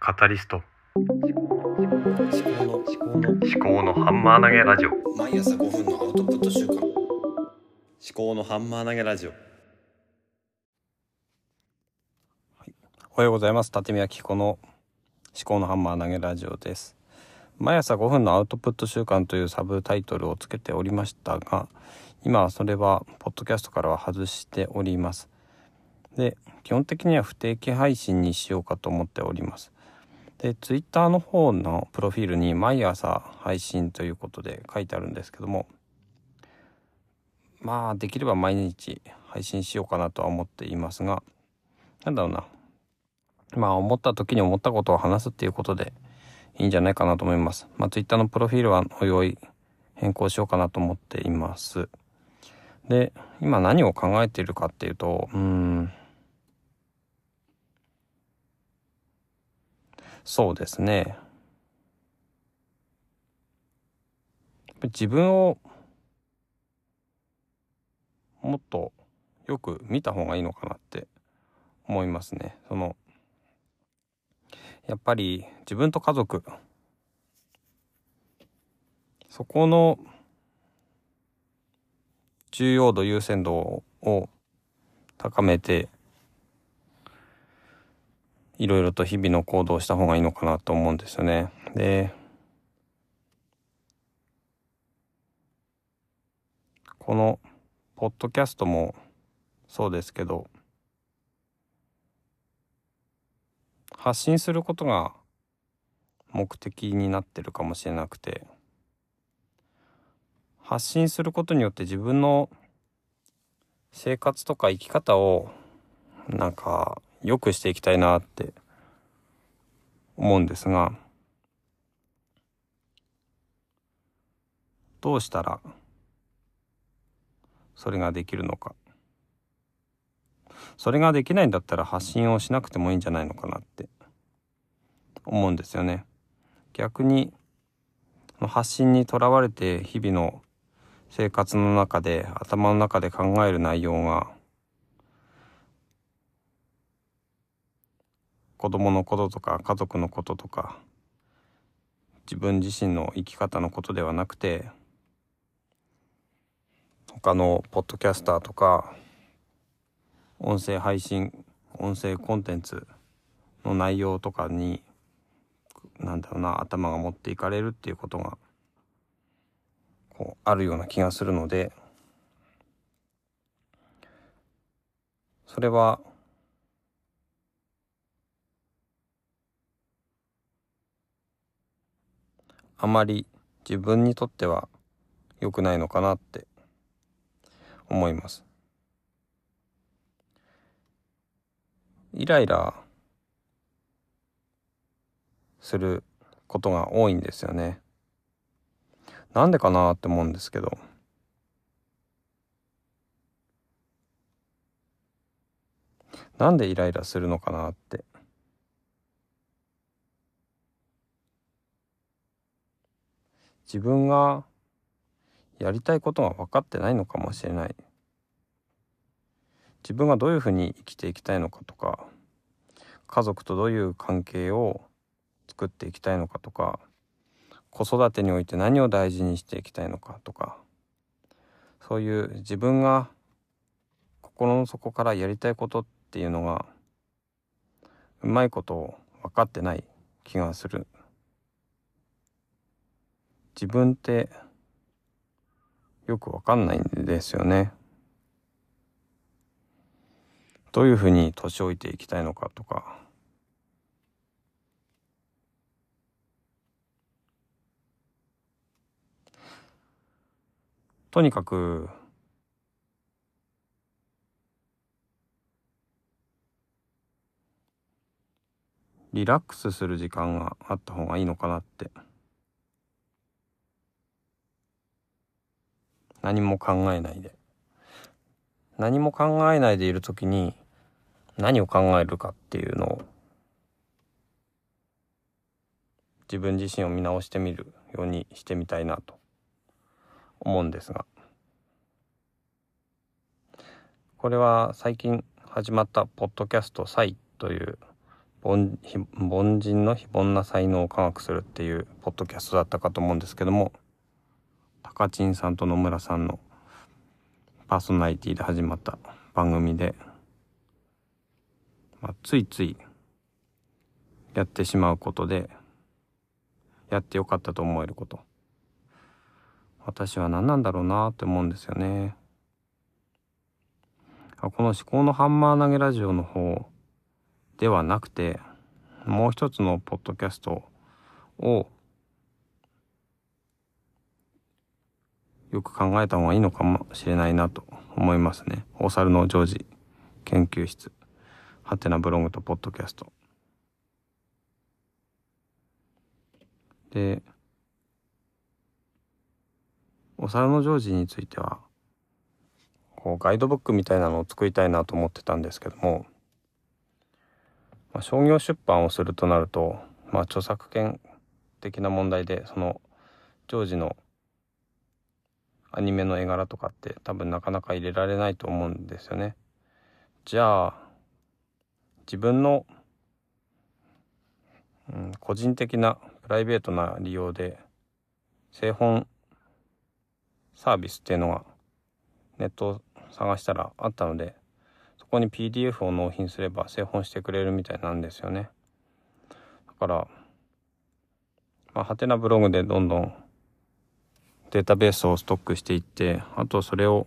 カタリスト思考のハンマー投げラジオ。 毎朝5分のアウトプット週間。思考のハンマー投げラジオ。 おはようございます。立宮紀子の思考のハンマー投げラジオです。毎朝5分のアウトプット週間というサブタイトルをつけておりましたが、今はそれはポッドキャストからは外しております。で、基本的には不定期配信にしようかと思っております。で、ツイッターの方のプロフィールに毎朝配信ということで書いてあるんですけども、できれば毎日配信しようかなとは思っていますが、思った時に思ったことを話すっていうことでいいんじゃないかなと思います。ツイッターのプロフィールはおいおい変更しようかなと思っています。で、今何を考えているかっていうと、そうですね。自分をもっとよく見た方がいいのかなって思いますね。やっぱり自分と家族、そこの重要度優先度を高めていろいろと日々の行動をした方がいいのかなと思うんですよね。で、このポッドキャストもそうですけど、発信することが目的になってるかもしれなくて、発信することによって自分の生活とか生き方を良くしていきたいなって思うんですが、どうしたらそれができるのか。それができないんだったら発信をしなくてもいいんじゃないのかなって思うんですよね。逆に発信にとらわれて日々の生活の中で頭の中で考える内容が子供のこととか家族のこととか自分自身の生き方のことではなくて、他のポッドキャスターとか音声配信、音声コンテンツの内容とかに頭が持っていかれるっていうことがあるような気がするので、それはあまり自分にとっては良くないのかなって思います。イライラすることが多いんですよね。なんでかなって思うんですけど、なんでイライラするのかなって。自分がやりたいことが分かってないのかもしれない。自分がどういうふうに生きていきたいのかとか、家族とどういう関係を作っていきたいのかとか、子育てにおいて何を大事にしていきたいのかとか、そういう自分が心の底からやりたいことっていうのがうまいこと分かってない気がする。自分ってよく分かんないんですよね。どういうふうに年老いていきたいのかとか、とにかくリラックスする時間があった方がいいのかなって。何も考えないでいるときに何を考えるかっていうのを自分自身を見直してみるようにしてみたいなと思うんですが、これは最近始まったポッドキャストサイという凡人の非凡な才能を科学するっていうポッドキャストだったかと思うんですけども、高知さんと野村さんのパーソナリティで始まった番組で、ついついやってしまうことで、やってよかったと思えること、私は何なんだろうなって思うんですよね。この思考のハンマー投げラジオの方ではなくて、もう一つのポッドキャストをよく考えた方がいいのかもしれないなと思いますね。お猿のジョージ研究室、ハテナブログとポッドキャストで、お猿のジョージについてはガイドブックみたいなのを作りたいなと思ってたんですけども、商業出版をするとなると、著作権的な問題で、そのジョージのアニメの絵柄とかって多分なかなか入れられないと思うんですよね。じゃあ自分の、個人的なプライベートな利用で製本サービスっていうのがネットを探したらあったので、そこに PDF を納品すれば製本してくれるみたいなんですよね。だからハテナブログでどんどんデータベースをストックしていって、あとそれを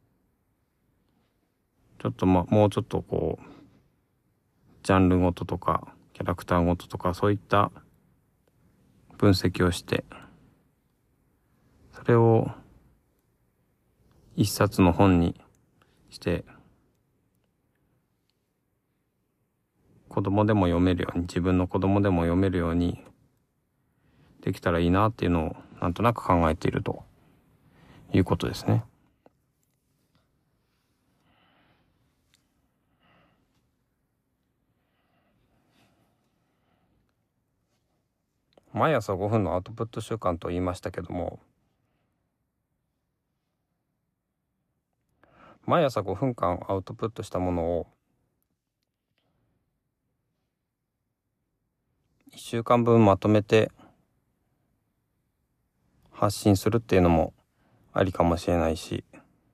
ちょっともうちょっとジャンルごととかキャラクターごととかそういった分析をして、それを一冊の本にして子供でも読めるように、自分の子供でも読めるようにできたらいいなっていうのをなんとなく考えているということですね。毎朝5分のアウトプット習慣と言いましたけども、毎朝5分間アウトプットしたものを1週間分まとめて発信するっていうのもありかもしれないし、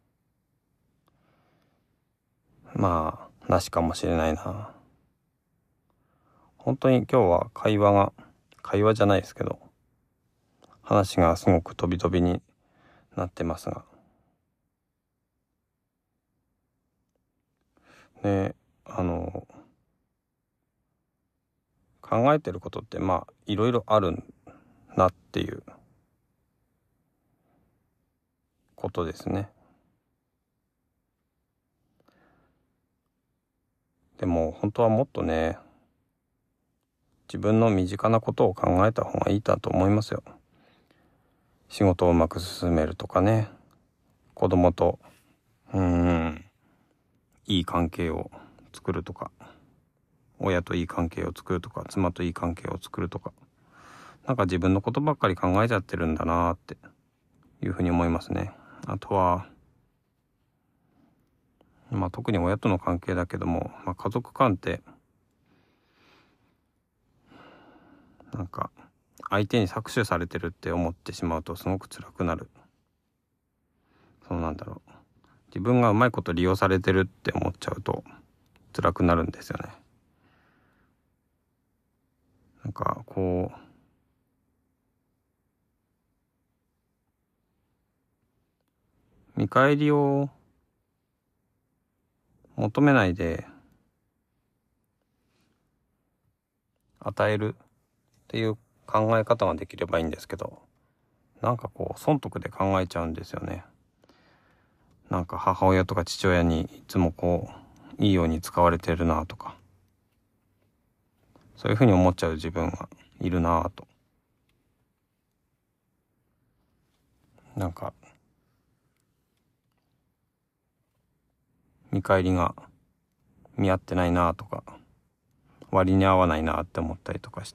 なしかもしれないな。本当に今日は会話じゃないですけど、話がすごく飛び飛びになってますがね。考えてることっていろいろあるなっていうことですね。でも本当はもっとね、自分の身近なことを考えた方がいいと思いますよ。仕事をうまく進めるとかね、子供といい関係を作るとか、親といい関係を作るとか、妻といい関係を作るとか、自分のことばっかり考えちゃってるんだなっていうふうに思いますね。あとは特に親との関係だけども、家族間って相手に搾取されてるって思ってしまうとすごく辛くなる。自分がうまいこと利用されてるって思っちゃうと辛くなるんですよね。見返りを求めないで与えるっていう考え方ができればいいんですけど、損得で考えちゃうんですよね。母親とか父親にいつもいいように使われてるなとか、そういうふうに思っちゃう自分がいるなと。見返りが見合ってないなとか、割に合わないなって思ったりとかして、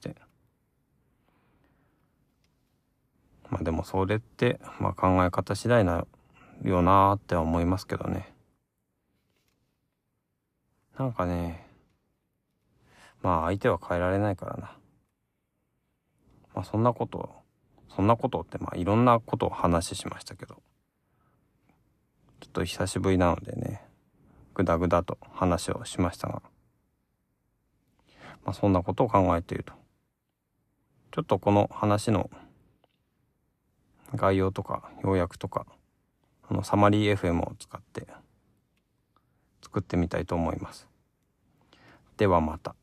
でもそれって考え方次第なよなって思いますけどね。 まあ相手は変えられないからな。まあそんなことってまあいろんなことを話しましたけど、ちょっと久しぶりなのでね、ぐだぐだと話をしましたが、まあそんなことを考えていると。ちょっとこの話の概要とか要約とか、サマリー FM を使って作ってみたいと思います。ではまた。